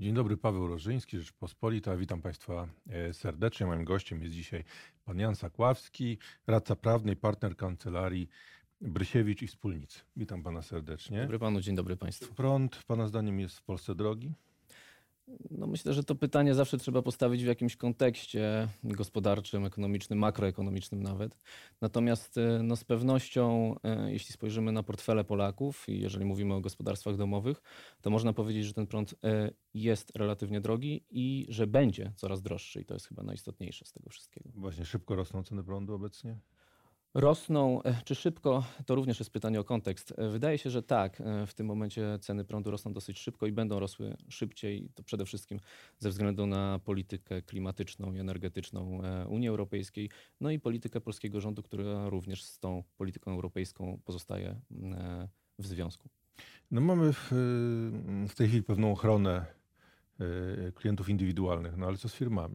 Dzień dobry, Paweł Rożyński, Rzeczpospolita. Witam Państwa serdecznie. Moim gościem jest dzisiaj pan Jan Sakławski, radca prawny i partner kancelarii Brysiewicz i Wspólnicy. Witam pana serdecznie. Dobry panu, dzień dobry państwu. Prąd pana zdaniem jest w Polsce drogi? No myślę, że to pytanie zawsze trzeba postawić w jakimś kontekście gospodarczym, ekonomicznym, makroekonomicznym nawet. Natomiast z pewnością, jeśli spojrzymy na portfele Polaków i jeżeli mówimy o gospodarstwach domowych, to można powiedzieć, że ten prąd jest relatywnie drogi i że będzie coraz droższy i to jest chyba najistotniejsze z tego wszystkiego. Właśnie szybko rosną ceny prądu obecnie? Rosną, czy szybko, to również jest pytanie o kontekst. Wydaje się, że tak, w tym momencie ceny prądu rosną dosyć szybko i będą rosły szybciej, to przede wszystkim ze względu na politykę klimatyczną i energetyczną Unii Europejskiej, no i politykę polskiego rządu, która również z tą polityką europejską pozostaje w związku. No mamy w tej chwili pewną ochronę klientów indywidualnych, no ale co z firmami?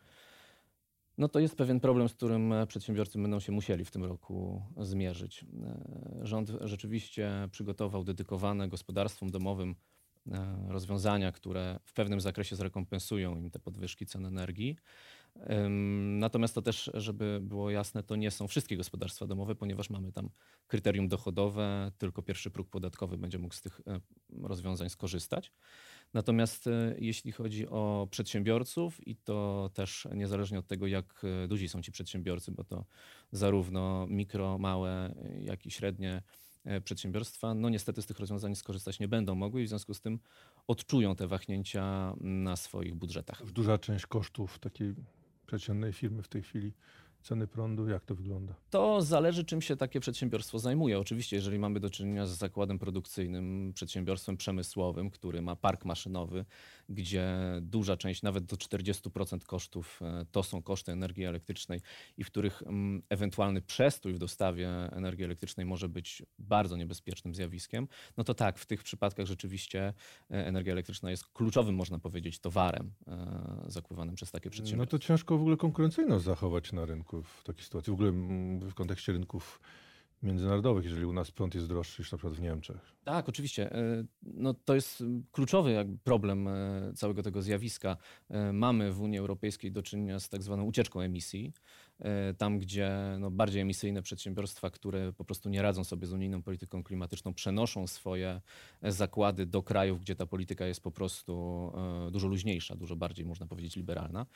No to jest pewien problem, z którym przedsiębiorcy będą się musieli w tym roku zmierzyć. Rząd rzeczywiście przygotował dedykowane gospodarstwom domowym rozwiązania, które w pewnym zakresie zrekompensują im te podwyżki cen energii. Natomiast to też, żeby było jasne, to nie są wszystkie gospodarstwa domowe, ponieważ mamy tam kryterium dochodowe, tylko pierwszy próg podatkowy będzie mógł z tych rozwiązań skorzystać. Natomiast jeśli chodzi o przedsiębiorców i to też niezależnie od tego, jak duzi są ci przedsiębiorcy, bo to zarówno mikro, małe, jak i średnie przedsiębiorstwa, no niestety z tych rozwiązań skorzystać nie będą mogły i w związku z tym odczują te wahnięcia na swoich budżetach. Już duża część kosztów takiej przeciętnej firmy w tej chwili, ceny prądu, jak to wygląda? To zależy, czym się takie przedsiębiorstwo zajmuje. Oczywiście, jeżeli mamy do czynienia z zakładem produkcyjnym, przedsiębiorstwem przemysłowym, który ma park maszynowy, gdzie duża część, nawet do 40% kosztów to są koszty energii elektrycznej i w których ewentualny przestój w dostawie energii elektrycznej może być bardzo niebezpiecznym zjawiskiem, no to tak, w tych przypadkach rzeczywiście energia elektryczna jest kluczowym, można powiedzieć, towarem zakupywanym przez takie przedsiębiorstwa. No to ciężko w ogóle konkurencyjność zachować na rynku w takiej sytuacji, w ogóle w kontekście rynków międzynarodowych, jeżeli u nas prąd jest droższy niż na przykład w Niemczech. Tak, oczywiście. No, to jest kluczowy problem całego tego zjawiska. Mamy w Unii Europejskiej do czynienia z tak zwaną ucieczką emisji. Tam, gdzie bardziej emisyjne przedsiębiorstwa, które po prostu nie radzą sobie z unijną polityką klimatyczną, przenoszą swoje zakłady do krajów, gdzie ta polityka jest po prostu dużo luźniejsza, dużo bardziej, można powiedzieć, liberalna.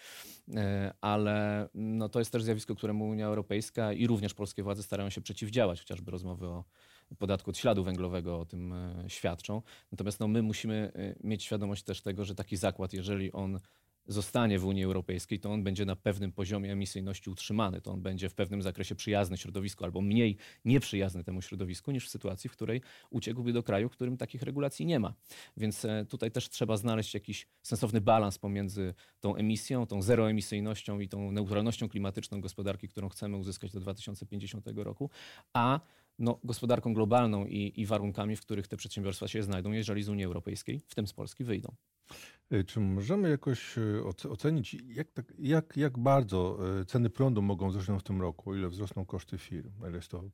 Ale to jest też zjawisko, któremu Unia Europejska i również polskie władze starają się przeciwdziałać. Chociażby rozmowy o podatku od śladu węglowego o tym świadczą. Natomiast my musimy mieć świadomość też tego, że taki zakład, jeżeli on zostanie w Unii Europejskiej, to on będzie na pewnym poziomie emisyjności utrzymany. To on będzie w pewnym zakresie przyjazny środowisku albo mniej nieprzyjazny temu środowisku niż w sytuacji, w której uciekłby do kraju, w którym takich regulacji nie ma. Więc tutaj też trzeba znaleźć jakiś sensowny balans pomiędzy tą emisją, tą zeroemisyjnością i tą neutralnością klimatyczną gospodarki, którą chcemy uzyskać do 2050 roku, a gospodarką globalną i warunkami, w których te przedsiębiorstwa się znajdą, jeżeli z Unii Europejskiej, w tym z Polski, wyjdą. Czy możemy jakoś ocenić, jak bardzo ceny prądu mogą wzrosnąć w tym roku, o ile wzrosną koszty firm? Na ile jest to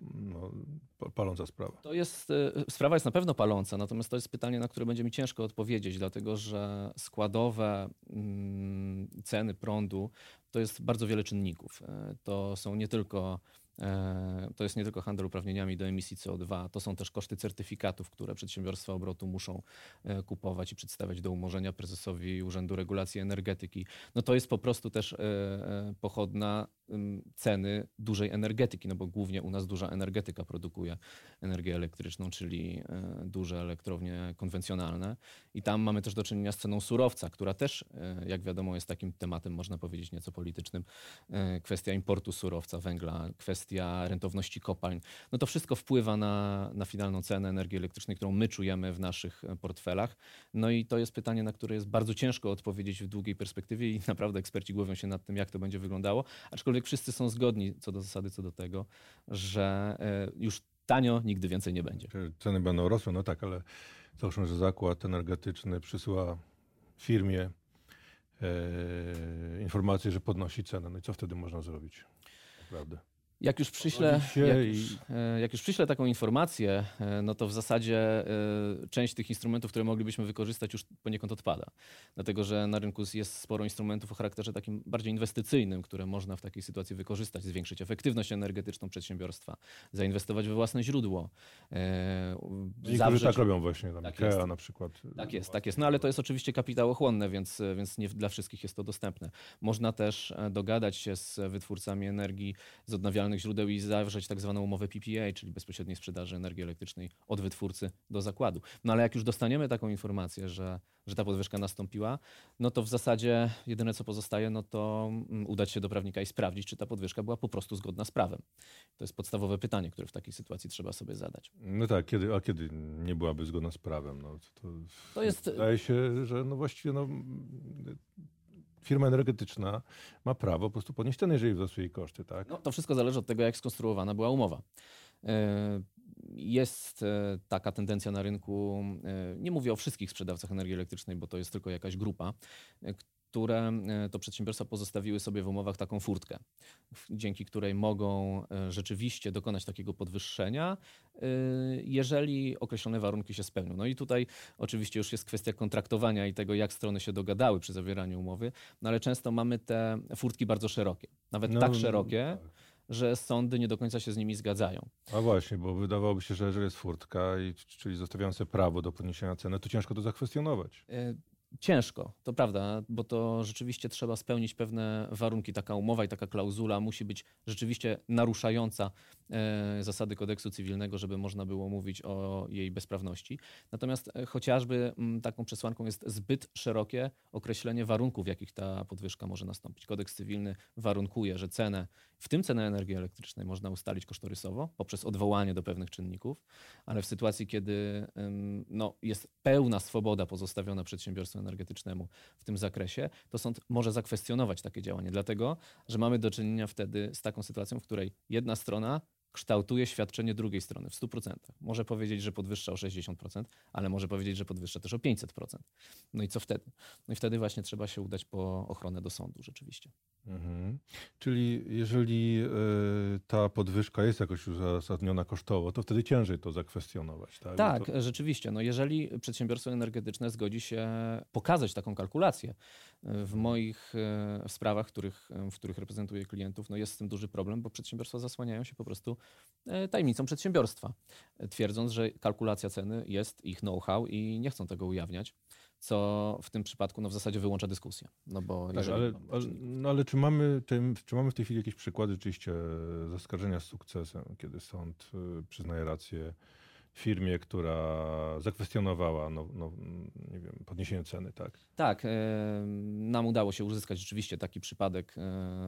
paląca sprawa? Sprawa jest na pewno paląca, natomiast to jest pytanie, na które będzie mi ciężko odpowiedzieć, dlatego że składowe ceny prądu to jest bardzo wiele czynników. To jest nie tylko handel uprawnieniami do emisji CO2, to są też koszty certyfikatów, które przedsiębiorstwa obrotu muszą kupować i przedstawiać do umorzenia prezesowi Urzędu Regulacji Energetyki. To jest po prostu też pochodna ceny dużej energetyki, bo głównie u nas duża energetyka produkuje energię elektryczną, czyli duże elektrownie konwencjonalne i tam mamy też do czynienia z ceną surowca, która też, jak wiadomo, jest takim tematem, można powiedzieć, nieco politycznym. Kwestia importu surowca, węgla, kwestia rentowności kopalń. To wszystko wpływa na finalną cenę energii elektrycznej, którą my czujemy w naszych portfelach. I to jest pytanie, na które jest bardzo ciężko odpowiedzieć w długiej perspektywie i naprawdę eksperci głowią się nad tym, jak to będzie wyglądało, aczkolwiek wszyscy są zgodni co do zasady, co do tego, że już tanio nigdy więcej nie będzie. Ceny będą rosły, tak, ale załóżmy, że zakład energetyczny przysyła firmie informację, że podnosi cenę. I co wtedy można zrobić? Naprawdę. Jak już przyślę taką informację, no to w zasadzie część tych instrumentów, które moglibyśmy wykorzystać, już poniekąd odpada. Dlatego, że na rynku jest sporo instrumentów o charakterze takim bardziej inwestycyjnym, które można w takiej sytuacji wykorzystać, zwiększyć efektywność energetyczną przedsiębiorstwa, zainwestować we własne źródło. Niektórzy tak robią właśnie, tam tak IKEA na przykład. Tak jest. No ale to jest oczywiście kapitałochłonne, więc nie dla wszystkich jest to dostępne. Można też dogadać się z wytwórcami energii z odnawialnych źródeł i zawrzeć tak zwaną umowę PPA, czyli bezpośredniej sprzedaży energii elektrycznej od wytwórcy do zakładu. No ale jak już dostaniemy taką informację, że ta podwyżka nastąpiła, no to w zasadzie jedyne co pozostaje, no to udać się do prawnika i sprawdzić, czy ta podwyżka była po prostu zgodna z prawem. To jest podstawowe pytanie, które w takiej sytuacji trzeba sobie zadać. No tak, kiedy nie byłaby zgodna z prawem? No, to jest... Wydaje się, że no właściwie firma energetyczna ma prawo po prostu podnieść cenę, jeżeli wzrosły jej koszty, tak? No, to wszystko zależy od tego, jak skonstruowana była umowa. Jest taka tendencja na rynku, nie mówię o wszystkich sprzedawcach energii elektrycznej, bo to jest tylko jakaś grupa, które to przedsiębiorstwa pozostawiły sobie w umowach taką furtkę, dzięki której mogą rzeczywiście dokonać takiego podwyższenia, jeżeli określone warunki się spełnią. No i tutaj oczywiście już jest kwestia kontraktowania i tego, jak strony się dogadały przy zawieraniu umowy, no ale często mamy te furtki bardzo szerokie, nawet tak szerokie, że sądy nie do końca się z nimi zgadzają. A właśnie, bo wydawałoby się, że jeżeli jest furtka, czyli zostawiające prawo do podniesienia ceny, to ciężko to zakwestionować. Ciężko, to prawda, bo to rzeczywiście trzeba spełnić pewne warunki. Taka umowa i taka klauzula musi być rzeczywiście naruszająca zasady kodeksu cywilnego, żeby można było mówić o jej bezprawności. Natomiast chociażby taką przesłanką jest zbyt szerokie określenie warunków, w jakich ta podwyżka może nastąpić. Kodeks cywilny warunkuje, że cenę, w tym cenę energii elektrycznej, można ustalić kosztorysowo poprzez odwołanie do pewnych czynników, ale w sytuacji, kiedy jest pełna swoboda pozostawiona przedsiębiorstwu energetycznemu w tym zakresie, to sąd może zakwestionować takie działanie, dlatego że mamy do czynienia wtedy z taką sytuacją, w której jedna strona kształtuje świadczenie drugiej strony w 100%. Może powiedzieć, że podwyższa o 60%, ale może powiedzieć, że podwyższa też o 500%. No i co wtedy? No i wtedy właśnie trzeba się udać po ochronę do sądu rzeczywiście. Mhm. Czyli jeżeli ta podwyżka jest jakoś uzasadniona kosztowo, to wtedy ciężej to zakwestionować, tak? Tak, rzeczywiście. No jeżeli przedsiębiorstwo energetyczne zgodzi się pokazać taką kalkulację, w moich sprawach, w których reprezentuję klientów, jest z tym duży problem, bo przedsiębiorstwa zasłaniają się po prostu tajemnicą przedsiębiorstwa, twierdząc, że kalkulacja ceny jest ich know-how i nie chcą tego ujawniać, co w tym przypadku w zasadzie wyłącza dyskusję. No bo tak, ale czy mamy w tej chwili jakieś przykłady rzeczywiście zaskarżenia z sukcesem, kiedy sąd przyznaje rację firmie, która zakwestionowała nie wiem, podniesienie ceny, tak? Tak, nam udało się uzyskać rzeczywiście taki przypadek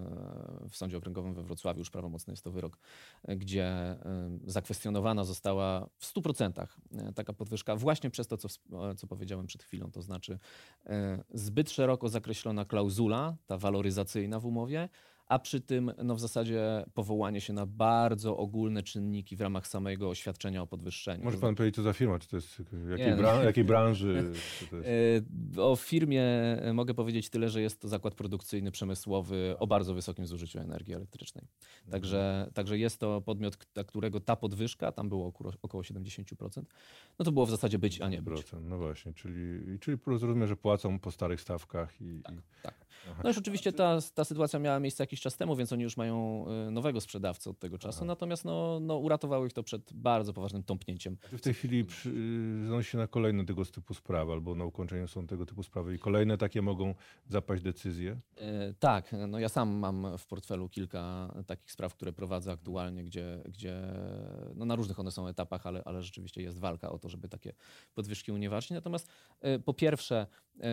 w Sądzie Okręgowym we Wrocławiu, już prawomocny jest to wyrok, gdzie zakwestionowana została w 100% taka podwyżka właśnie przez to, co powiedziałem przed chwilą, to znaczy zbyt szeroko zakreślona klauzula, ta waloryzacyjna w umowie, a przy tym w zasadzie powołanie się na bardzo ogólne czynniki w ramach samego oświadczenia o podwyższeniu. Może pan powiedzieć, co za firma? Czy to jest jakiej branży? Czy to jest... O firmie mogę powiedzieć tyle, że jest to zakład produkcyjny, przemysłowy o bardzo wysokim zużyciu energii elektrycznej. Także jest to podmiot, dla którego ta podwyżka, tam było około 70%, to było w zasadzie być, a nie być. No właśnie, czyli rozumiem, że płacą po starych stawkach. Tak. No już oczywiście ta sytuacja miała miejsce jakiś czas temu, więc oni już mają nowego sprzedawcę od tego czasu, natomiast uratowało ich to przed bardzo poważnym tąpnięciem. W tej chwili zanosi się na kolejne tego typu sprawy, albo na ukończeniu są tego typu sprawy i kolejne takie mogą zapaść decyzje? Tak, ja sam mam w portfelu kilka takich spraw, które prowadzę aktualnie, gdzie na różnych one są etapach, ale rzeczywiście jest walka o to, żeby takie podwyżki unieważnić. Natomiast po pierwsze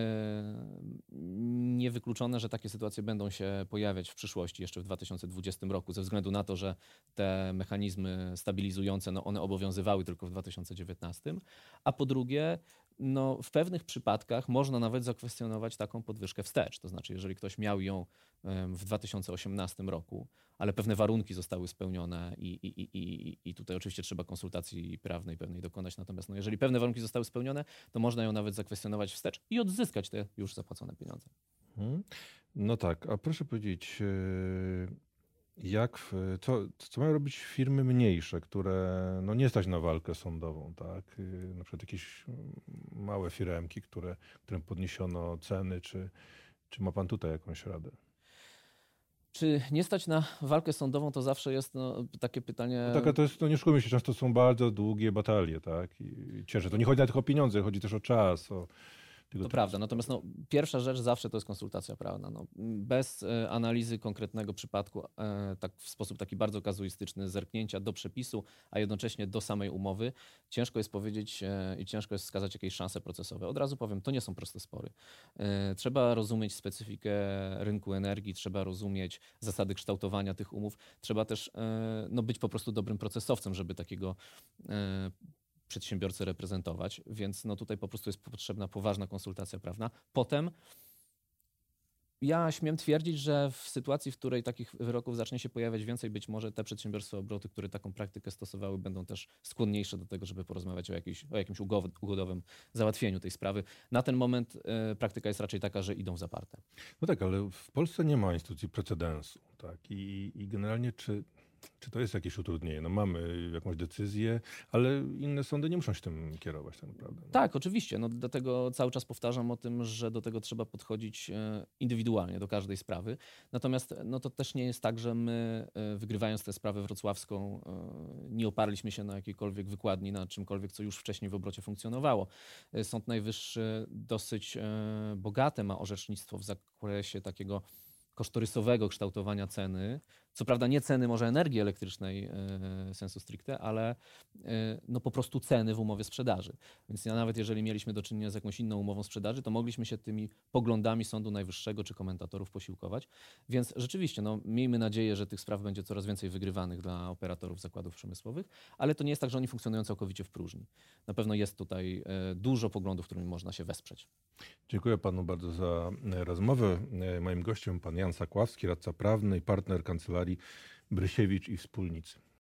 niewykluczone, że takie sytuacje będą się pojawiać w przyszłości, jeszcze w 2020 roku, ze względu na to, że te mechanizmy stabilizujące, one obowiązywały tylko w 2019, a po drugie, w pewnych przypadkach można nawet zakwestionować taką podwyżkę wstecz. To znaczy, jeżeli ktoś miał ją w 2018 roku, ale pewne warunki zostały spełnione i tutaj oczywiście trzeba konsultacji prawnej pewnej dokonać, natomiast jeżeli pewne warunki zostały spełnione, to można ją nawet zakwestionować wstecz i odzyskać te już zapłacone pieniądze. No tak, a proszę powiedzieć, Co mają robić firmy mniejsze, które no nie stać na walkę sądową, tak? Na przykład jakieś małe firemki, którym podniesiono ceny, czy ma pan tutaj jakąś radę? Czy nie stać na walkę sądową, to zawsze jest takie pytanie. No taka to jest, no nie oszukujmy się, często są bardzo długie batalie, tak? I cięższe. To nie chodzi tylko o pieniądze, chodzi też o czas, o tego To typu prawda, natomiast pierwsza rzecz zawsze to jest konsultacja prawna. Bez analizy konkretnego przypadku, tak w sposób taki bardzo kazuistyczny, zerknięcia do przepisu, a jednocześnie do samej umowy, ciężko jest powiedzieć i ciężko jest wskazać jakieś szanse procesowe. Od razu powiem, to nie są proste spory. Trzeba rozumieć specyfikę rynku energii, trzeba rozumieć zasady kształtowania tych umów, trzeba też być po prostu dobrym procesowcem, żeby takiego przedsiębiorcę reprezentować, więc tutaj po prostu jest potrzebna poważna konsultacja prawna. Potem ja śmiem twierdzić, że w sytuacji, w której takich wyroków zacznie się pojawiać więcej, być może te przedsiębiorstwa obrotu, które taką praktykę stosowały, będą też skłonniejsze do tego, żeby porozmawiać o jakimś ugodowym załatwieniu tej sprawy. Na ten moment praktyka jest raczej taka, że idą w zaparte. No tak, ale w Polsce nie ma instytucji precedensu, tak? I generalnie czy to jest jakieś utrudnienie? No mamy jakąś decyzję, ale inne sądy nie muszą się tym kierować tak naprawdę. No. Tak, oczywiście. Dlatego cały czas powtarzam o tym, że do tego trzeba podchodzić indywidualnie do każdej sprawy. Natomiast to też nie jest tak, że my wygrywając tę sprawę wrocławską nie oparliśmy się na jakiejkolwiek wykładni, na czymkolwiek, co już wcześniej w obrocie funkcjonowało. Sąd Najwyższy dosyć bogate ma orzecznictwo w zakresie takiego kosztorysowego kształtowania ceny. Co prawda nie ceny może energii elektrycznej sensu stricte, ale po prostu ceny w umowie sprzedaży. Więc nawet jeżeli mieliśmy do czynienia z jakąś inną umową sprzedaży, to mogliśmy się tymi poglądami Sądu Najwyższego czy komentatorów posiłkować. Więc rzeczywiście miejmy nadzieję, że tych spraw będzie coraz więcej wygrywanych dla operatorów zakładów przemysłowych, ale to nie jest tak, że oni funkcjonują całkowicie w próżni. Na pewno jest tutaj dużo poglądów, którymi można się wesprzeć. Dziękuję panu bardzo za rozmowę. Moim gościem pan Jan Sakławski, radca prawny i partner kancelarii Brysiewicz i Wspólnicy.